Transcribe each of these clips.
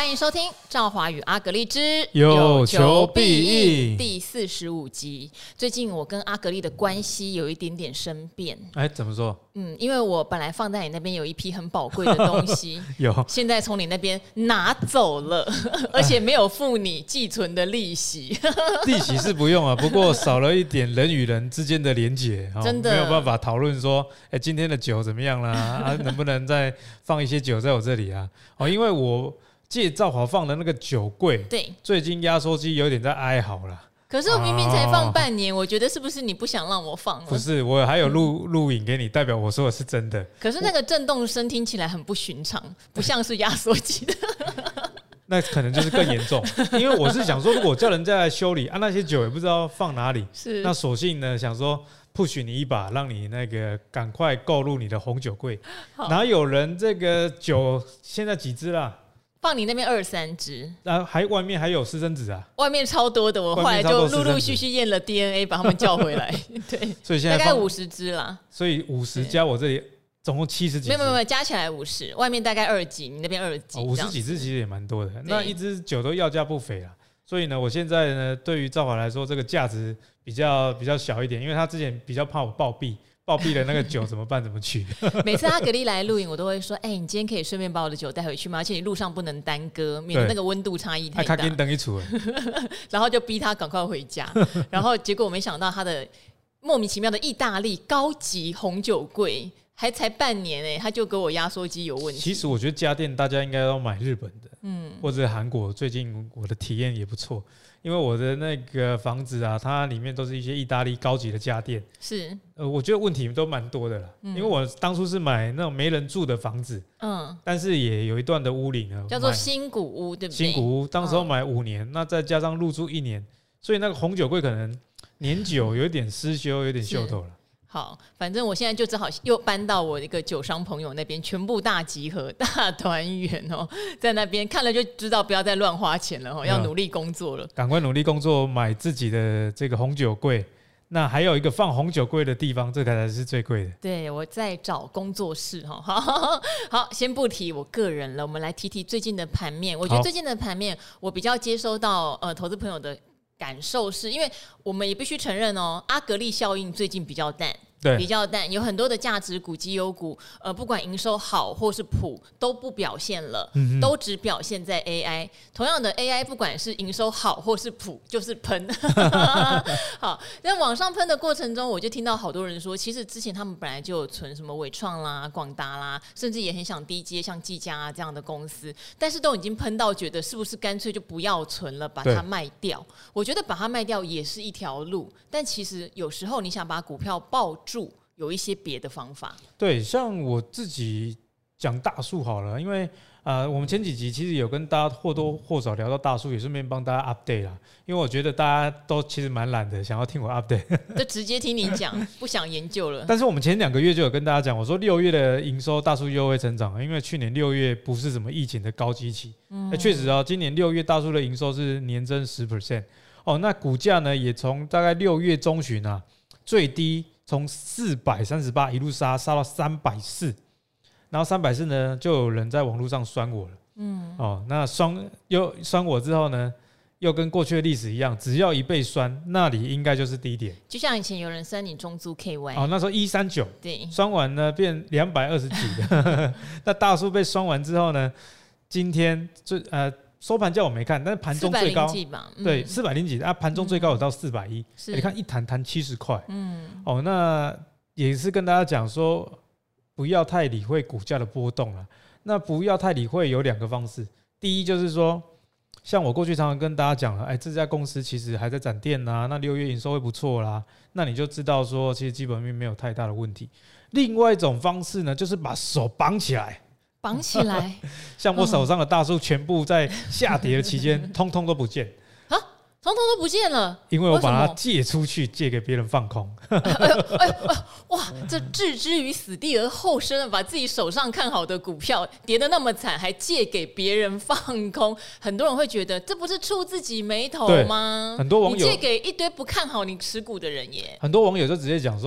迎收听赵华与阿格丽之有求必应第45集。最近我跟阿格丽的关系有一点点生变。 怎么说？ 因为我本来放在你那边有一批很宝贵的东西， 有， 现在从你那边拿走了，而且没有付你寄存的利息。 利息是不用啊，不过少了一点人与人之间的连结， 真的没有办法讨论说，今天的酒怎么样啦？能不能再放一些酒在我这里啊？因为我借赵华放的那个酒柜， 对， 最近压缩机有点在哀嚎了。 可是我明明才放半年，我觉得是不是你不想让我放了？ 不是，我还有录影给你，代表我说的是真的。 可是那个震动声听起来很不寻常，不像是压缩机的。 那可能就是更严重，因为我是想说，如果叫人家来修理那些酒也不知道放哪里， 是那索性呢想说push你一把，让你那个赶快购入你的红酒柜。哪有人这个酒现在几支啦？ 放你那边23支， 然后外面还有私生子啊， 外面超多的，我后来就陆陆续续验了 DNA， 把他们叫回来。对， 所以现在大概50支啦。 所以50加我这里总共70几支， 没有，加起来50，外面大概2几，你那边2几 ，50几支其实也蛮多的。那一支酒都要价不菲啦，所以呢，我现在呢对于赵华来说，这个价值比较小一点，因为他之前比较怕我暴毙。暴毙了那个酒怎么办？怎么取？ 每次阿格丽来录影，我都会说：“你今天可以顺便把我的酒带回去吗？而且你路上不能耽搁，免得那个温度差异太大。”然后就逼他赶快回家。然后结果我没想到他的莫名其妙的意大利高级红酒柜，才半年他就给我压缩机有问题。 其实我觉得家电大家应该要买日本的，或者韩国。最近我的体验也不错。因为我的那个房子啊，它里面都是一些意大利高级的家电， 是， 我觉得问题都蛮多的啦。因为我当初是买那种没人住的房子，但是也有一段的屋龄呢， 叫做新古屋，对不对？ 新古屋，当时候买5年，那再加上入住1年，所以那个红酒柜可能年久有一点失修，有点锈透了。 好，反正我现在就只好又搬到我一个酒商朋友那边，全部大集合、大团圆在那边看了就知道不要再乱花钱了要努力工作了， 赶快努力工作，买自己的这个红酒柜。那还有一个放红酒柜的地方，这才是最贵的。 对，我在找工作室好，先不提我个人了，我们来提提最近的盘面。我觉得最近的盘面，我比较接收到投资朋友的感受是，因为我们也必须承认阿格丽效应最近比较淡。 对， 比较淡，有很多的价值股、绩优股，不管营收好或是普，都不表现了，都只表现在 AI。同样的 AI， 不管是营收好或是普，就是喷。好，在往上喷的过程中，我就听到好多人说，其实之前他们本来就有存什么伟创啦、广达啦，甚至也很想低阶像技嘉啊这样的公司，但是都已经喷到觉得是不是干脆就不要存了，把它卖掉。我觉得把它卖掉也是一条路，但其实有时候你想把股票抱住，有一些别的方法。 对，像我自己讲大树好了，因为我们前几集其实有跟大家或多或少聊到大树，也顺便帮大家 update 啦。因为我觉得大家都其实蛮懒的，想要听我 update， 就直接听你讲，不想研究了。 但是我们前2个月就有跟大家讲，我说6月的营收大树又会成长，因为去年6月不是什么疫情的高基期，确实今年6月大树的营收是年增10%。那股价呢也从大概6月中旬最低从438一路杀到340，然后340呢，就有人在网络上酸我了。那又酸我之后呢，又跟过去的历史一样，只要一被酸，那里应该就是低点。 就像以前有人酸你中租 KY， 那时候139， 对， 酸完呢变220几的。那大树被酸完之后呢，今天收盘价我没看，但是盘中最高对400几，盘中最高有到410，你看一弹70块，那也是跟大家讲说，不要太理会股价的波动了。那不要太理会有2个方式，第一就是说，像我过去常常跟大家讲了，这家公司其实还在展店那6月营收会不错啦，那你就知道说，其实基本面没有太大的问题。另外一种方式呢，就是把手绑起来。像我手上的大树全部在下跌的期间通通都不见通通都不见了， 因为我把它借出去，借给别人放空。 哇，这置之于死地而后生了，把自己手上看好的股票跌得那么惨，还借给别人放空，很多人会觉得这不是触自己眉头吗？ 很多网友你借给一堆不看好你持股的人耶。 很多网友就直接讲说，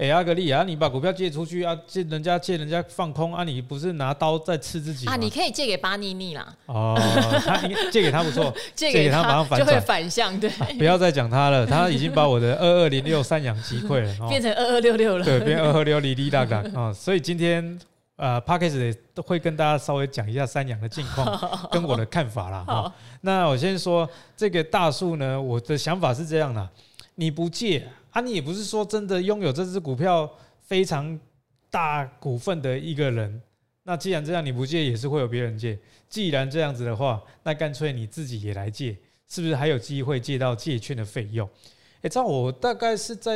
阿格丽啊，你把股票借出去啊，借人家放空啊，你不是拿刀在刺自己吗？ 你可以借给巴尼尼啦。 借给他不错，借给他马上反转， 就会反向。对， 不要再讲他了，他已经把我的2206三阳击溃了， 变成2266了。 对，变2266哩哩啦啦所以今天Podcast 也会跟大家稍微讲一下三阳的近况跟我的看法啦。那我先说这个大树呢，我的想法是这样的，你不借你也不是说真的拥有这只股票非常大股份的一个人，那既然这样你不借也是会有别人借，既然这样子的话，那干脆你自己也来借，是不是还有机会借到借券的费用？照我大概是在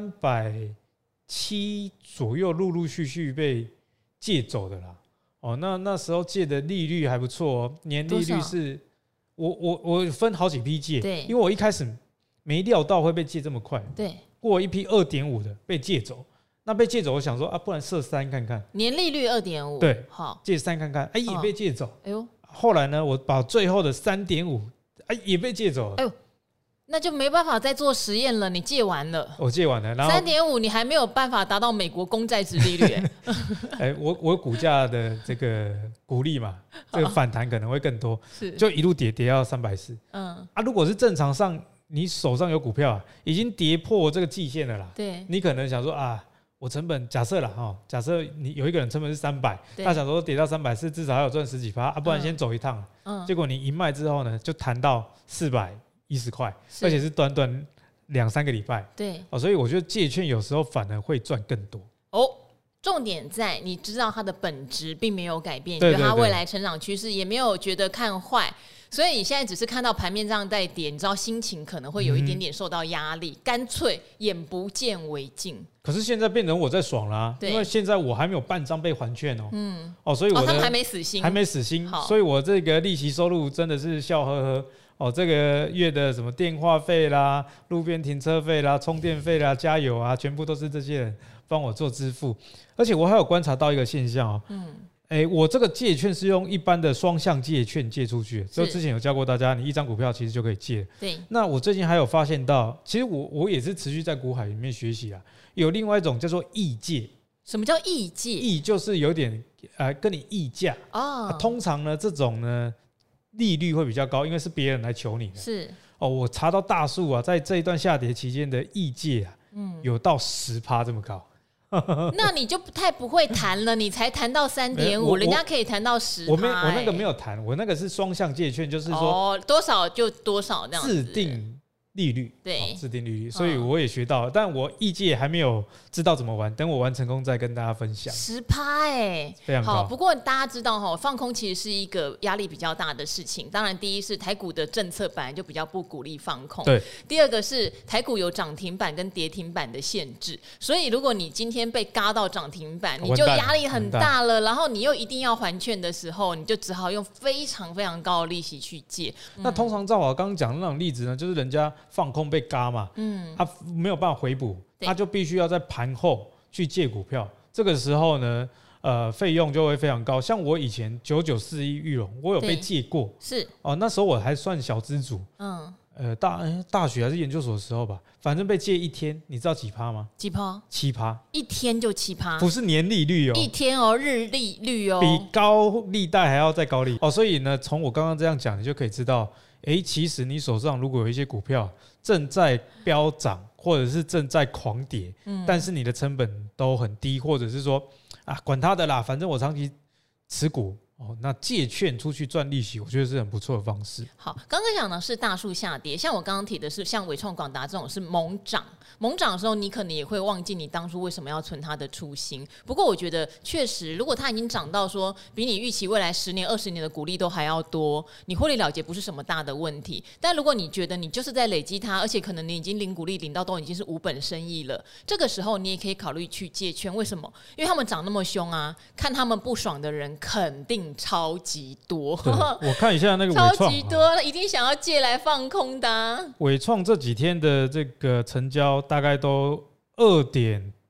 370左右陆陆续续被借走的啦。那时候借的利率还不错年利率是我分好几批借，因为我一开始没料到会被借这么快， 对， 过一批2.5的被借走，那被借走，我想说不然设3看看， 年利率2.5， 对， 好， 借3看看，也被借走， 哎呦， 后来呢，我把最后的3.5，也被借走了， 哎呦，那就没办法再做实验了，你借完了， 我借完了，然后 3.5你还没有办法达到美国公债殖利率， 我股价的这个股利嘛，这个反弹可能会更多，就一路跌到340，如果是正常上。你手上有股票已经跌破这个季线了啦。 对， 你可能想说我成本假设啦假设你有一个人成本是300，他想说跌到340至少还有赚10几%，不然先走一趟。结果你一卖之后呢，就弹到410块，而且是短短2-3个礼拜。 对， 所以我觉得借券有时候反而会赚更多。 重点在你知道它的本质并没有改变，对它未来成长趋势也没有觉得看坏。所以你现在只是看到盘面这样在跌，你知道心情可能会有一点点受到压力，干脆眼不见为净。 可是现在变成我在爽啦，因为现在我还没有半张被还券所以我他们还没死心， 所以我这个利息收入真的是笑呵呵这个月的什么电话费啦、路边停车费啦、充电费啦、加油啊，全部都是这些人帮我做支付。而且我还有观察到一个现象我这个借券是用一般的双向借券借出去，就之前有教过大家，你一张股票其实就可以借。 对。 那我最近还有发现到，其实我也是持续在股海里面学习有另外一种叫做议借。 什么叫议借？ 议就是有点跟你议价通常呢这种呢利率会比较高，因为是别人来求你的。 是我查到大树在这一段下跌期间的议借有到10%这么高。 那你就太不会谈了，你才谈到3.5，人家可以谈到10%。 我那个没有谈，我那个是双向借券，就是说多少就多少这样子。 制定利率， 对， 制定利率，所以我也学到了，但我业界还没有知道怎么玩，等我玩成功再跟大家分享。 10% 非常高。 好，不过大家知道放空其实是一个压力比较大的事情。当然，第一是台股的政策本来就比较不鼓励放空， 对。 第二个是台股有涨停板跟跌停板的限制，所以如果你今天被嘎到涨停板，你就压力很大了。然后你又一定要还券的时候，你就只好用非常非常高的利息去借。 那通常照我刚刚讲的那种例子呢，就是人家放空被嘎嘛，他没有办法回补，他就必须要在盘后去借股票。这个时候呢，费用就会非常高。像我以前9941裕隆，我有被借过， 是那时候我还算小资主，大学还是研究所的时候吧，反正被借一天，你知道几趴吗？ 几趴 ？7%， 一天就7%， 不是年利率一天日利率比高利贷还要再高利所以呢，从我刚刚这样讲，你就可以知道，其实你手上如果有一些股票正在飙涨，或者是正在狂跌，但是你的成本都很低，或者是说管他的啦，反正我长期持股。那借券出去赚利息，我觉得是很不错的方式。 好，刚刚讲的是大树下跌，像我刚刚提的是像伟创、广达这种是猛涨的时候，你可能也会忘记你当初为什么要存它的初心。不过我觉得确实，如果它已经涨到说比你预期未来10年、20年的股利都还要多，你获利了结不是什么大的问题。但如果你觉得你就是在累积它，而且可能你已经领股利领到都已经是无本生意了，这个时候你也可以考虑去借券。为什么？因为他们涨那么凶看他们不爽的人肯定超级多。 我看一下那个伟创， 超级多，一定想要借来放空的。 伟创这几天的这个成交大概都2.8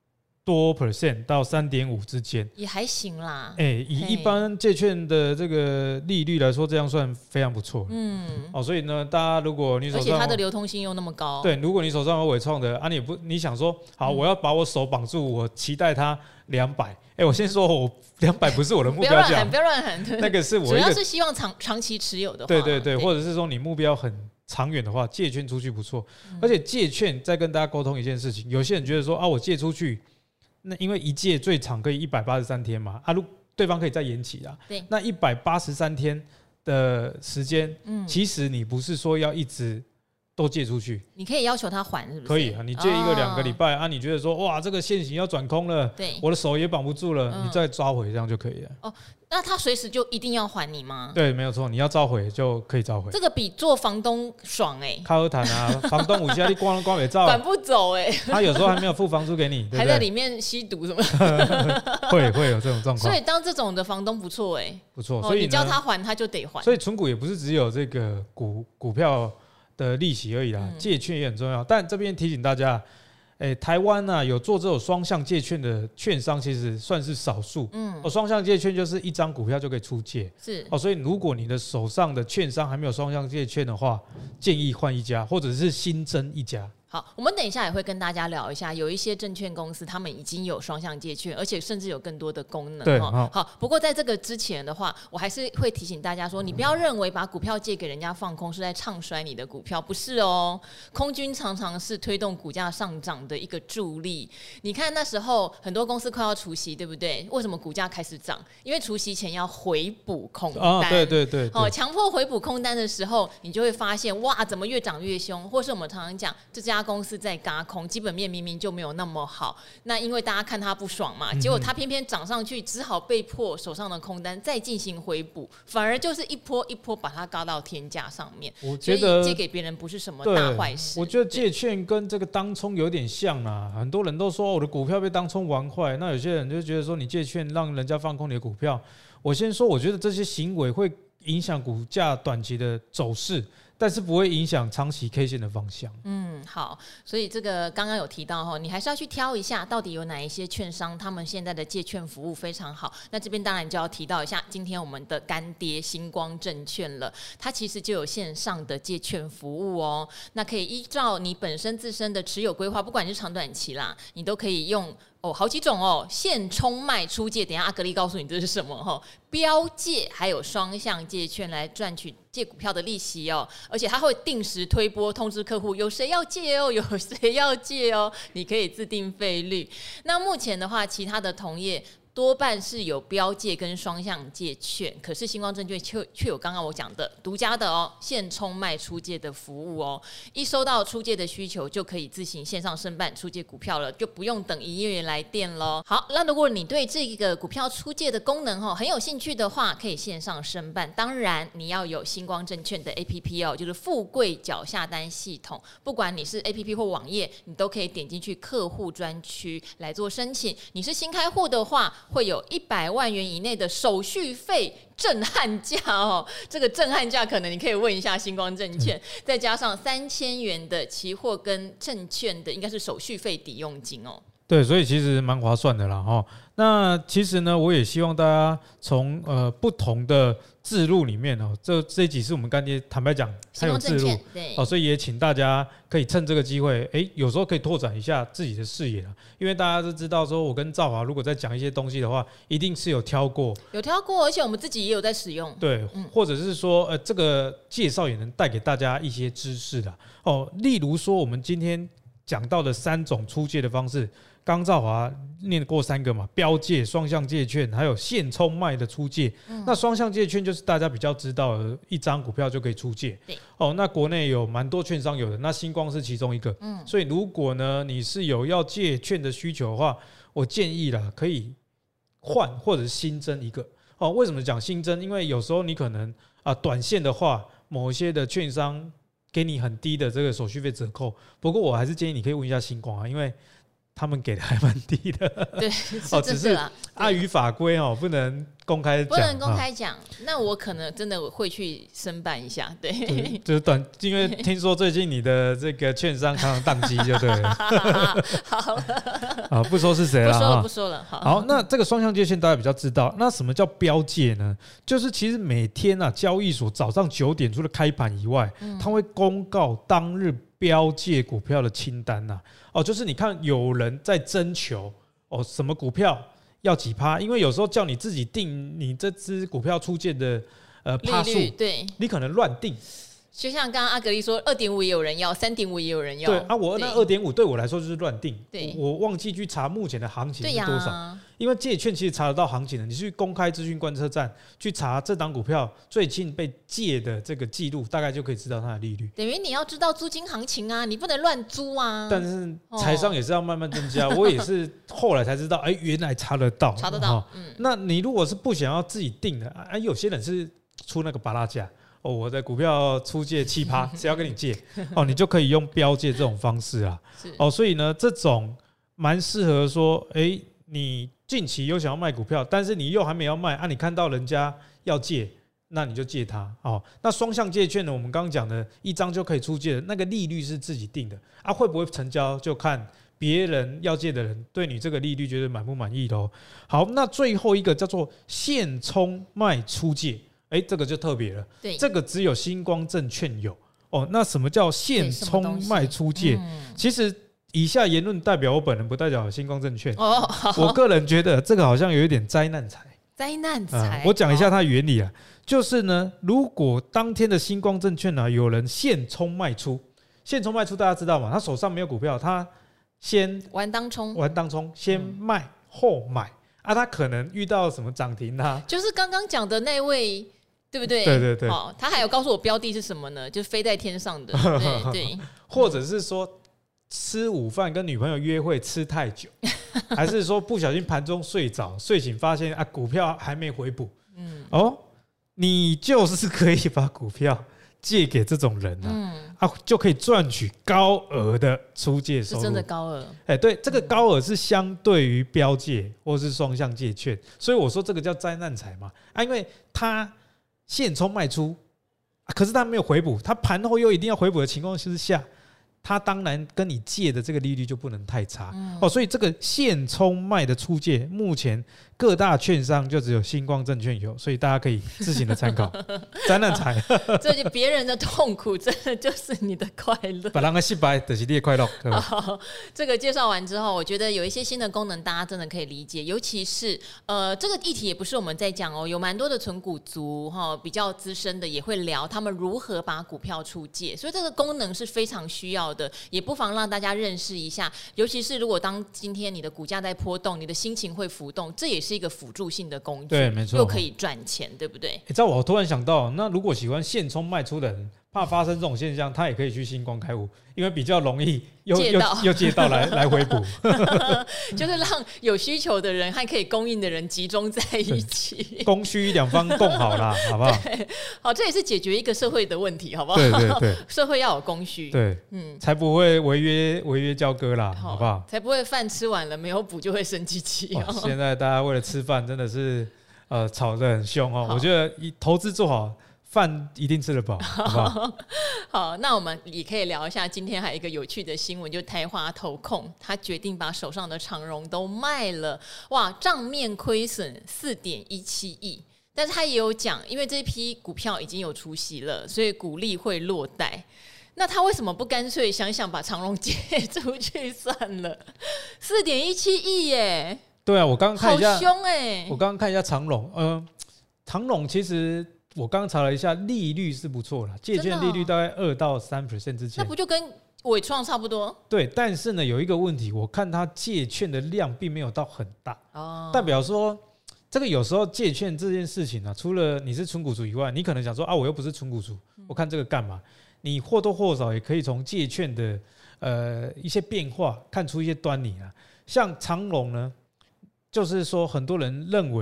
多 % 到 3.5% 之间， 也还行啦。 以一般借券的这个利率来说，这样算非常不错。所以呢，大家如果你手上， 而且它的流通性又那么高， 对，如果你手上有伟创的你想说好，我要把我手绑住，我期待它200。我先说，我200不是我的目标价， 不要乱喊， 那个是我主要是希望长期持有的话， 对，或者是说你目标很长远的话，借券出去不错。而且借券再跟大家沟通一件事情，有些人觉得说我借出去。那因为一借最长可以183天嘛，对方可以再延期啊。 对， 那183天的时间，其实你不是说要一直都借出去， 你可以要求他还，是不是？ 可以啊，你借1个2个礼拜你觉得说哇，这个现行要转空了， 对， 我的手也绑不住了，你再抓回这样就可以了。 那他随时就一定要还你吗？ 对，没有错，你要召回就可以召回。 这个比做房东爽靠喝谈啊，房东5下你光没照， 管不走他有时候还没有付房租给你，对不对？ 还在里面吸毒什么会有这种状况。 所以当这种的房东不错不错，所以你叫他还他就得还。 所以存股也不是只有这个股票的利息而已啦，借券也很重要。但这边提醒大家。台湾有做这种双向借券的券商，其实算是少数。双向借券就是一张股票就可以出借， 是所以如果你的手上的券商还没有双向借券的话，建议换一家，或者是新增一家。 好，我们等一下也会跟大家聊一下，有一些证券公司他们已经有双向借券，而且甚至有更多的功能。 对， 好，不过在这个之前的话，我还是会提醒大家说，你不要认为把股票借给人家放空是在唱衰你的股票，不是哦。空军常常是推动股价上涨的一个助力。你看那时候很多公司快要除息，对不对？为什么股价开始涨？因为除息前要回补空单。 对。 强迫回补空单的时候，你就会发现哇，怎么越涨越凶？或是我们常常讲这家公司在軋空，基本面明明就没有那么好，那因为大家看他不爽嘛，结果他偏偏涨上去，只好被迫手上的空单再进行回补，反而就是一波一波把它軋到天价上面。 我觉得借给别人不是什么大坏事。 我觉得借券跟这个当冲有点像啊，很多人都说我的股票被当冲玩坏，那有些人就觉得说你借券让人家放空你的股票。我先说，我觉得这些行为会影响股价短期的走势，但是不会影响长期 K 线的方向。 好，所以这个刚刚有提到你还是要去挑一下，到底有哪一些券商他们现在的借券服务非常好。那这边当然就要提到一下，今天我们的干爹星光证券了，它其实就有线上的借券服务哦。那可以依照你本身自身的持有规划，不管是长短期啦，你都可以用好几种现冲卖出借，等一下阿格力告诉你这是什么标借还有双向借券来赚取借股票的利息而且它会定时推播通知客户有谁要借有谁要借你可以自定费率。那目前的话，其他的同业多半是有标借跟双向借券，可是星光证券却有刚刚我讲的独家的现冲卖出借的服务一收到出借的需求就可以自行线上申办出借股票了，就不用等营业员来电咯。好，那如果你对这个股票出借的功能很有兴趣的话，可以线上申办。当然你要有星光证券的 APP 就是富贵脚下单系统，不管你是 APP 或网页，你都可以点进去客户专区来做申请。你是新开户的话，会有100万元以内的手续费震撼价这个震撼价可能你可以问一下星光证券，再加上3000元的期货跟证券的应该是手续费抵用金对，所以其实蛮划算的啦那其实呢，我也希望大家从不同的制度里面这一集是我们干爹坦白讲才有制度所以也请大家可以趁这个机会有时候可以拓展一下自己的视野因为大家都知道说我跟兆华如果在讲一些东西的话，一定是有挑过， 而且我们自己也有在使用， 对，或者是说这个介绍也能带给大家一些知识的例如说我们今天讲到的3种出借的方式，刚兆华念过3个嘛，标借、双向借券，还有现冲卖的出借。那双向借券就是大家比较知道的，一张股票就可以出借。那国内有蛮多券商有的，那星光是其中一个。所以如果呢你是有要借券的需求的话，我建议啦可以换或者是新增一个。为什么讲新增？因为有时候你可能短线的话，某一些的券商给你很低的这个手续费折扣。不过我还是建议你可以问一下星光因为他们给的还蛮低的， 对， 只是碍于法规不能公开讲， 不能公开讲，那我可能真的会去申办一下，对， 就是因为听说最近你的这个券商常常宕机，就对了。 好了，不说是谁了， 不说了。 好，那这个双向界券大家比较知道，那什么叫标界呢？就是其实每天啊，交易所早上9点除了开盘以外，它会公告当日标界股票的清单呐。就是你看有人在征求什么股票要几趴，因为有时候叫你自己定你这支股票出借的趴数， 对， 你可能乱定。 就像刚刚阿格力说，2.5也有人要，3.5也有人要。 对啊，我那2.5对我来说就是乱定。 对， 我忘记去查目前的行情是多少。因为借券其实查得到行情的，你去公开资讯观测站去查这档股票最近被借的这个记录，大概就可以知道它的利率。 等于你要知道租金行情啊，你不能乱租啊。 但是财商也是要慢慢增加，我也是后来才知道，原来查得到。 查得到。 那你如果是不想要自己定的，有些人是出那个芭乐价。我的股票出借7%，谁要跟你借？你就可以用标借这种方式啊。所以呢，这种蛮适合说，你近期又想要卖股票，但是你又还没要卖你看到人家要借，那你就借他。那双向借券呢？我们刚刚讲的一张就可以出借的那个利率是自己定的会不会成交就看别人要借的人对你这个利率觉得满不满意咯。好，那最后一个叫做现冲卖出借。这个就特别了，这个只有星光证券有那什么叫现冲卖出借？其实以下言论代表我本人，不代表星光证券。我个人觉得这个好像有一点灾难财。 灾难财， 我讲一下它的原理啊，就是呢，如果当天的星光证券有人现冲卖出，现冲卖出大家知道吗？他手上没有股票，他先玩当冲， 先卖后买他可能遇到什么涨停就是刚刚讲的那位。对不对？ 对。 他还有告诉我标的是什么呢？就是飞在天上的，对。 或者是说吃午饭跟女朋友约会吃太久，还是说不小心盘中睡着，睡醒发现股票还没回补，你就是可以把股票借给这种人就可以赚取高额的出借收入， 是真的高额。 对，这个高额是相对于标借或是双向借券，所以我说这个叫灾难财嘛因为它现冲卖出可是他没有回补，他盘后又一定要回补的情况之下，他当然跟你借的这个利率就不能太差所以这个现冲卖的出借，目前各大券商就只有星光证券有，所以大家可以自行的参考。灾难财， 这就别人的痛苦，真的就是你的快乐。 别人的失败就是你的快乐。 这个介绍完之后，我觉得有一些新的功能，大家真的可以理解。尤其是这个议题也不是我们在讲有蛮多的存股族比较资深的也会聊他们如何把股票出借，所以这个功能是非常需要的，也不妨让大家认识一下。尤其是如果当今天你的股价在波动，你的心情会浮动，这也是一个辅助性的工具， 对，没错， 又可以赚钱，对不对？ 这我突然想到，那如果喜欢现冲卖出的人，怕发生这种现象，他也可以去星光开户，因为比较容易又借到来回补， 就是让有需求的人和可以供应的人集中在一起， 供需两方共好啦，好不好？ 好，这也是解决一个社会的问题，好不好？ 对， 社会要有供需， 对，才不会违约交割啦，好不好？ 才不会饭吃完了没有补就会生气现在大家为了吃饭真的是吵得很凶我觉得投资做好，饭一定吃得饱，好不好？ 好，那我们也可以聊一下，今天还有一个有趣的新闻，就是台华投控，他决定把手上的长荣都卖了，哇，账面亏损4.17亿。但是他也有讲，因为这批股票已经有除息了，所以股利会落袋。那他为什么不干脆想想把长荣借出去算了？4.17亿耶！ 对啊，我刚刚看一下， 好凶哎！ 我刚刚看一下长荣，长荣其实我刚查了一下，利率是不错啦，借券利率大概2到3% 之间， 那不就跟伟创差不多？ 对，但是呢有一个问题，我看它借券的量并没有到很大，代表说这个有时候借券这件事情除了你是存股族以外，你可能想说我又不是存股族，我看这个干嘛？你或多或少也可以从借券的一些变化看出一些端倪像长荣呢，就是说很多人认为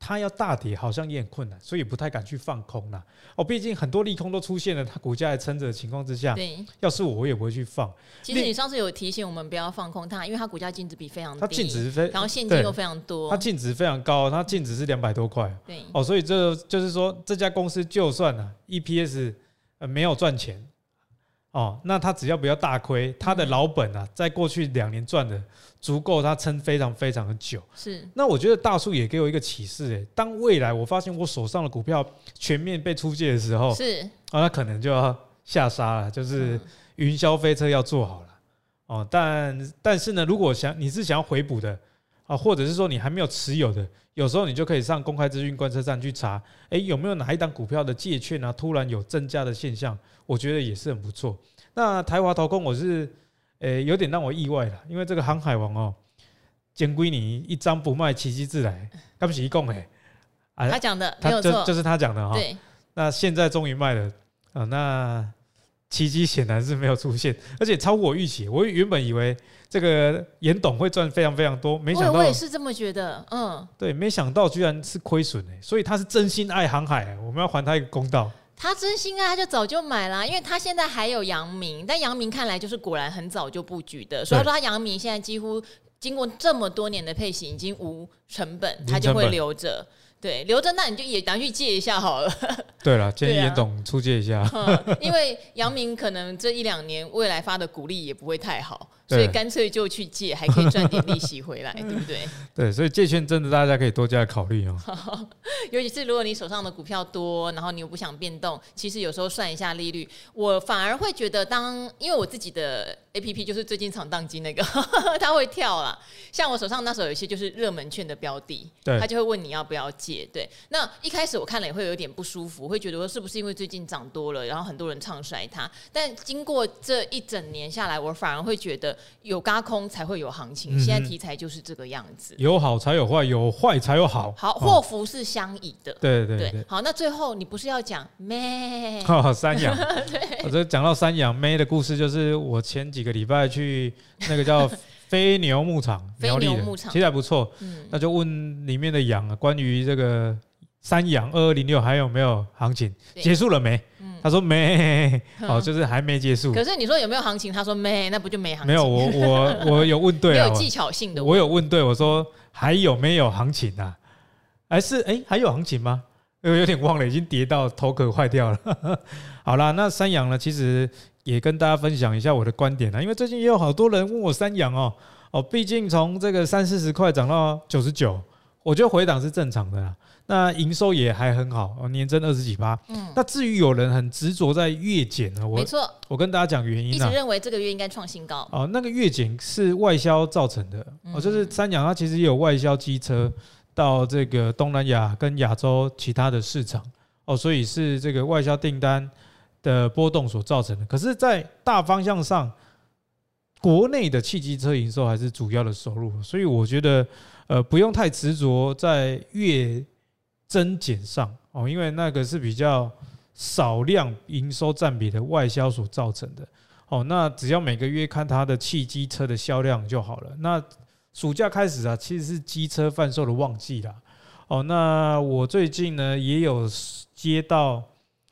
它要大跌好像也很困难，所以也不太敢去放空啦。毕竟很多利空都出现了，它股价还撑着的情况之下， 对， 要是我也不会去放。 其实你上次有提醒我们不要放空它，因为它股价净值比非常低， 它净值然后现金又非常多， 它净值非常高，它净值是200多块。 对， 所以这就是说，这家公司就算EPS 没有赚钱。那他只要不要大亏，他的老本在过去2年赚的足够他撑非常非常的久。 是， 那我觉得大叔也给我一个启示，当未来我发现我手上的股票全面被出借的时候， 是那可能就要下杀了，就是云霄飞车要做好了。但是呢，如果你是想要回补的或者是说你还没有持有的，有时候你就可以上公开资讯观测站去查，有没有哪一档股票的借券突然有增加的现象，我觉得也是很不错。那台华投控我是有点让我意外了，因为这个航海王前几年一张不卖，奇迹自来，他不是一共他讲的没有错， 就是他讲的对， 那现在终于卖了那奇迹显然是没有出现，而且超乎我预期。我原本以为这个严董会赚非常非常多，没想到我也是这么觉得， 对，没想到居然是亏损所以他是真心爱航海，我们要还他一个公道。 他真心爱，他就早就买啦，因为他现在还有阳明，但阳明看来就是果然很早就布局的，所以说他阳明现在几乎经过这么多年的配息，已经无成本，他就会留着。对，留着那你就也拿去借一下好了。 对了，建议严董出借一下。 因为阳明可能这1-2年未来发的股利也不会太好，所以干脆就去借，还可以赚点利息回来，对不对？ 对，所以借券真的大家可以多加考虑尤其是如果你手上的股票多，然后你又不想变动，其实有时候算一下利率，我反而会觉得因为我自己的 APP 就是最近常当机那个它会跳啦，像我手上那时候有一些就是热门券的标的，他就会问你要不要借。对，那一开始我看了也会有点不舒服，会觉得说是不是因为最近涨多了，然后很多人唱衰它。但经过这一整年下来，我反而会觉得有轧空才会有行情。现在题材就是这个样子， 有好才有坏，有坏才有好。 好，祸福是相倚的。 对对对。 好，那最后你不是要讲咩？ 山羊。我这讲到山羊咩的故事，就是我前几个礼拜去那个叫飞牛牧场，苗栗的，其实还不错。那就问里面的羊关于这个山羊2206还有没有行情，结束了没？他说没，就是还没结束。 可是你说有没有行情？他说没，那不就没行情？ 没有，我有问对啊， 有技巧性的。 我有问对，我说还有没有行情啊？还有行情吗？有点忘了，已经跌到头壳坏掉了。好啦，那山羊呢？其实也跟大家分享一下我的观点啦，因为最近也有好多人问我山羊毕竟从这个30-40块涨到99，我觉得回档是正常的啦。那营收也还很好，年增20几%。那至于有人很执着在月减呢， 没错， 我跟大家讲原因一直认为这个月应该创新高。 那个月减是外销造成的，就是山羊它其实也有外销机车到这个东南亚跟亚洲其他的市场所以是这个外销订单的波动所造成的。可是，在大方向上，国内的汽机车营收还是主要的收入，所以我觉得不用太执着在月增减上因为那个是比较少量营收占比的外销所造成的那只要每个月看它的汽机车的销量就好了。那暑假开始其实是机车贩售的旺季啦那我最近呢也有接到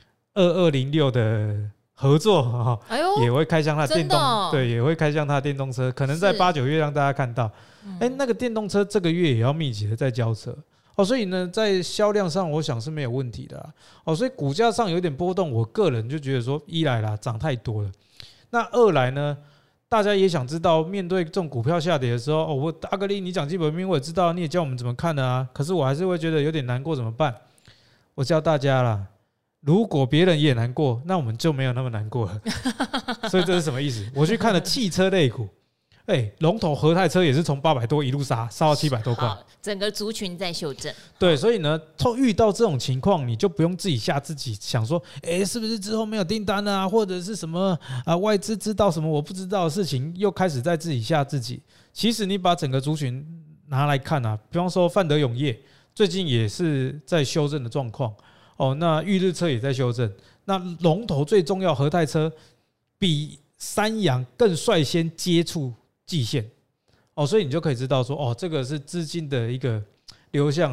2206的合作也会开箱它的电动，对，也会开箱它的电动车，可能在8-9月让大家看到。那个电动车这个月也要密集的在交车所以呢，在销量上我想是没有问题的所以股价上有点波动，我个人就觉得说，一来啦涨太多了，那二来呢，大家也想知道，面对这种股票下跌的时候我阿格力你讲基本面我也知道，你也教我们怎么看的可是我还是会觉得有点难过，怎么办？我教大家啦，如果别人也难过，那我们就没有那么难过了。所以这是什么意思？我去看了汽车类股，龙头和泰车也是从800多一路杀到700多块， 整个族群在修正。 对，所以呢，遇到这种情况，你就不用自己吓自己，想说，是不是之后没有订单啊，或者是什么外资知道什么我不知道的事情，又开始在自己吓自己。其实你把整个族群拿来看比方说范德永业最近也是在修正的状况那裕日车也在修正，那龙头最重要和泰车比三阳更率先接触季线所以你就可以知道说这个是资金的一个流向啦。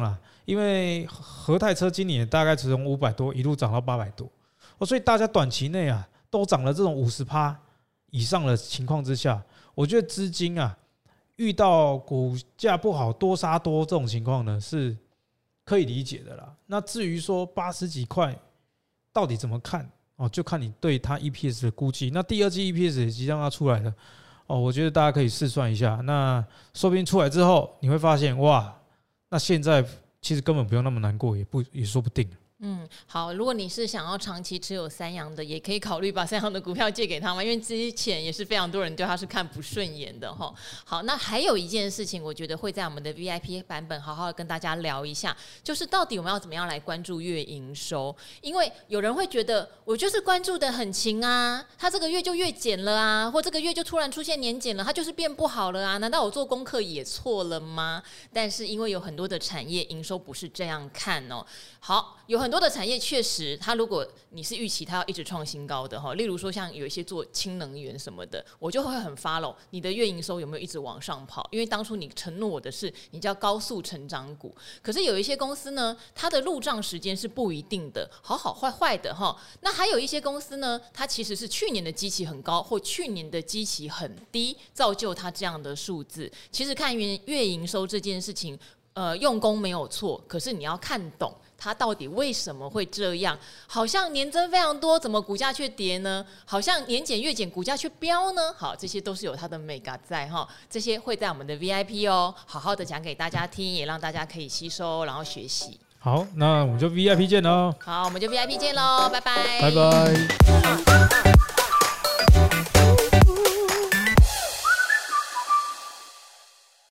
因为和泰车今年大概从500多一路涨到800多，所以大家短期内啊都涨了这种50%以上的情况之下，我觉得资金啊遇到股价不好多杀多这种情况呢是可以理解的啦。那至于说80几块到底怎么看就看你对它 EPS 的估计。那第二季 EPS 也即将要出来了我觉得大家可以试算一下。那说不定出来之后你会发现哇，那现在其实根本不用那么难过，也说不定。 好，如果你是想要长期持有三阳的，也可以考虑把三阳的股票借给他们，因为之前也是非常多人对他是看不顺眼的齁。好，那还有一件事情，我觉得会在我们的 VIP 版本好好的跟大家聊一下，就是到底我们要怎么样来关注月营收？因为有人会觉得我就是关注的很勤啊，他这个月就月减了啊，或这个月就突然出现年减了，他就是变不好了啊，难道我做功课也错了吗？但是因为有很多的产业营收不是这样看哦。好，有很多的产业确实，它如果你是预期它要一直创新高的哈，例如说像有一些做氢能源什么的，我就会很 follow 你的月营收有没有一直往上跑，因为当初你承诺我的是你叫高速成长股，可是有一些公司呢，它的入账时间是不一定的，好好坏坏的哈。那还有一些公司呢，它其实是去年的基期很高，或去年的基期很低，造就它这样的数字。其实看月营收这件事情，用功没有错，可是你要看懂它到底为什么会这样？好像年增非常多，怎么股价却跌呢？好像年减月减，股价却飙呢？好，这些都是有它的美感在哈。这些会在我们的 VIP 好好的讲给大家听，也让大家可以吸收，然后学习。 好，那我们就 VIP 见喽。 好，我们就 VIP 见喽，拜拜， 拜拜。